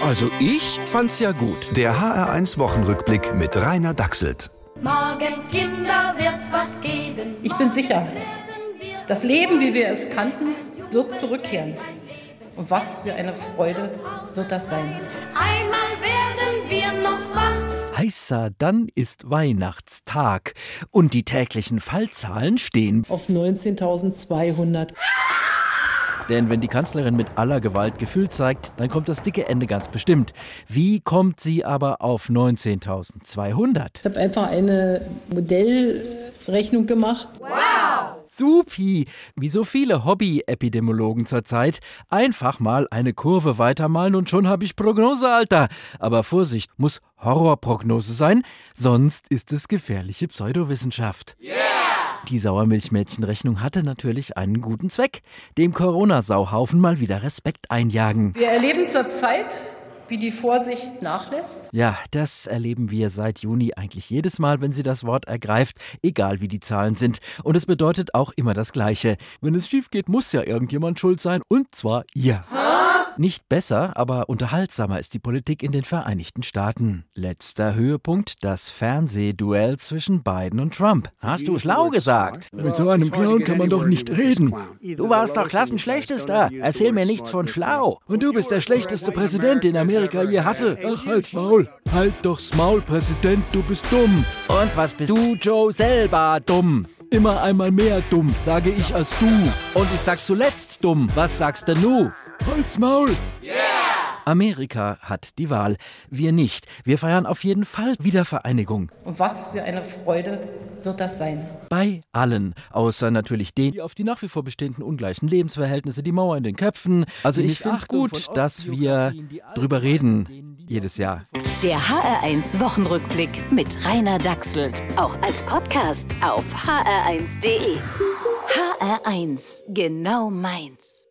Also ich fand's ja gut. Der HR1-Wochenrückblick mit Rainer Dachselt. Morgen, Kinder, wird's was geben. Ich bin sicher, das Leben, wie wir es kannten, wird zurückkehren. Und was für eine Freude wird das sein. Einmal werden wir noch wach. Heißer, dann ist Weihnachtstag. Und die täglichen Fallzahlen stehen Auf 19.200. Denn wenn die Kanzlerin mit aller Gewalt Gefühl zeigt, dann kommt das dicke Ende ganz bestimmt. Wie kommt sie aber auf 19.200? Ich habe einfach eine Modellrechnung gemacht. Supi! Wie so viele Hobby-Epidemiologen zurzeit. Einfach mal eine Kurve weitermalen und schon habe ich Prognose, Alter. Aber Vorsicht, muss Horrorprognose sein, sonst ist es gefährliche Pseudowissenschaft. Die Sauermilchmädchenrechnung hatte natürlich einen guten Zweck. Dem Corona-Sauhaufen mal wieder Respekt einjagen. Wir erleben zurzeit, wie die Vorsicht nachlässt. Ja, das erleben wir seit Juni eigentlich jedes Mal, wenn sie das Wort ergreift, egal wie die Zahlen sind. Und es bedeutet auch immer das Gleiche. Wenn es schief geht, muss ja irgendjemand schuld sein, und zwar ihr. Nicht besser, aber unterhaltsamer ist die Politik in den Vereinigten Staaten. Letzter Höhepunkt, das Fernsehduell zwischen Biden und Trump. Hast du schlau gesagt? Mit so einem Clown kann man doch nicht reden. Du warst doch Klassenschlechtester. Erzähl mir nichts von schlau. Und du bist der schlechteste Präsident, den Amerika je hatte. Ach, halt's Maul. Halt doch's Maul, Präsident, du bist dumm. Und was bist du, Joe, selber dumm? Immer einmal mehr dumm, sage ich als du. Und ich sag zuletzt dumm. Was sagst denn du? Halt's Maul. Amerika hat die Wahl. Wir nicht. Wir feiern auf jeden Fall Wiedervereinigung. Und was für eine Freude wird das sein. Bei allen. Außer natürlich denen, die auf die nach wie vor bestehenden ungleichen Lebensverhältnisse, die Mauer in den Köpfen. Also ich find's gut, dass wir drüber reden. Jedes Jahr. Der HR1 Wochenrückblick mit Rainer Dachselt. Auch als Podcast auf hr1.de. HR1, genau meins.